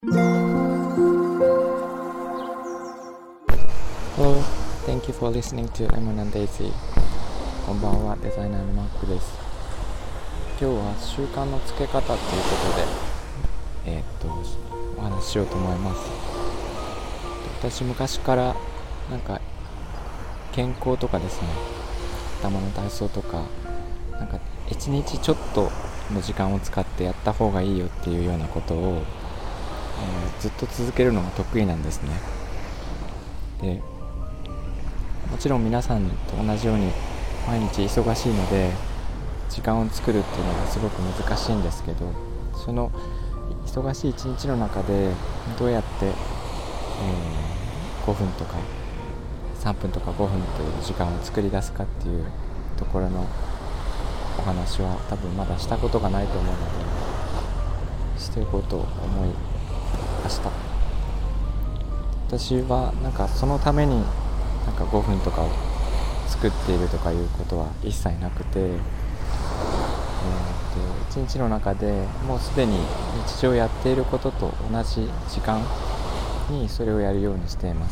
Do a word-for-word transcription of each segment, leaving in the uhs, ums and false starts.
Hello, thank you for listening to Lemon and Daisy. こんばんは、デザイナーのマックです。今日は習慣のつけ方ということで、えー、っとお話ししようと思います。私昔からなんか健康とかですね、頭の体操とか、なんか一日ちょっとの時間を使ってやった方がいいよっていうようなことを、えー、ずっと続けるのが得意なんですね。でもちろん皆さんと同じように毎日忙しいので時間を作るっていうのがすごく難しいんですけど、その忙しい一日の中でどうやって、えー、ごふんとかさんぷんとかごふんという時間を作り出すかっていうところのお話は多分まだしたことがないと思うのでしていこうと思いました。私はなんかそのためになんかごふんとかを作っているとかいうことは一切なくて、えー、と一日の中でもうすでに日常やっていることと同じ時間にそれをやるようにしています。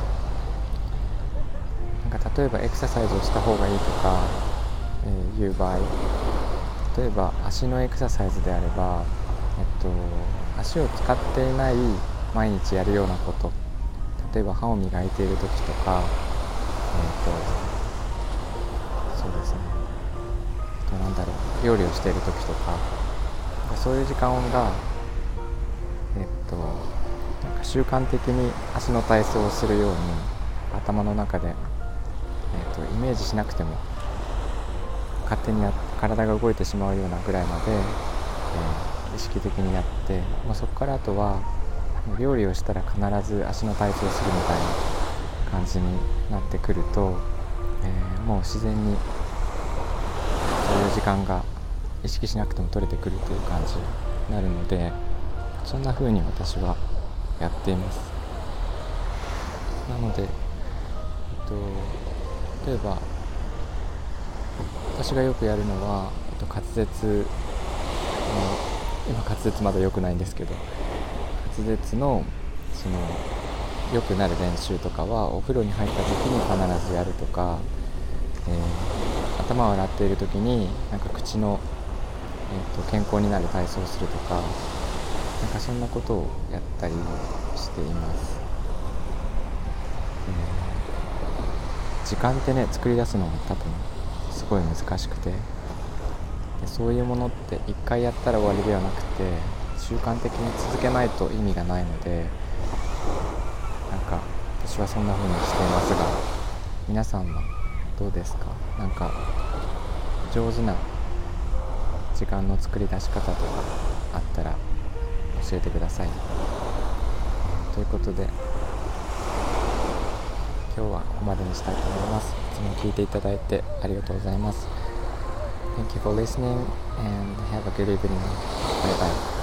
なんか例えばエクササイズをした方がいいとか、えー、いう場合、例えば足のエクササイズであれば、えっと、足を使っていない毎日やるようなこと、例えば歯を磨いている時とか、えー、とそうですねとなんだろう料理をしている時とか、そういう時間が、えー、となんか習慣的に足の体操をするように頭の中で、えー、とイメージしなくても勝手にや体が動いてしまうようなぐらいまで、えー、意識的にやって、まあ、そこからあとは料理をしたら必ず足の体操をするみたいな感じになってくると、えー、もう自然にそういう時間が意識しなくても取れてくるという感じになるので、そんな風に私はやっています。なので、えっと、例えば私がよくやるのは、えっと、滑舌の今滑舌まだ良くないんですけど、滑舌のその良くなる練習とかはお風呂に入った時に必ずやるとか、えー、頭を洗っている時になんか口の、えー、と健康になる体操をするとか、なんかそんなことをやったりしています。えー、時間ってね作り出すのが多分すごい難しくて、でそういうものって一回やったら終わりではなくて習慣的に続けないと意味がないので、なんか私はそんな風にしていますが、皆さんはどうですか？なんか上手な時間の作り出し方とかあったら教えてください。ということで今日はここまでにしたいと思います。いつも聞いていただいてありがとうございます。Thank you for listening and have a good evening. Bye bye.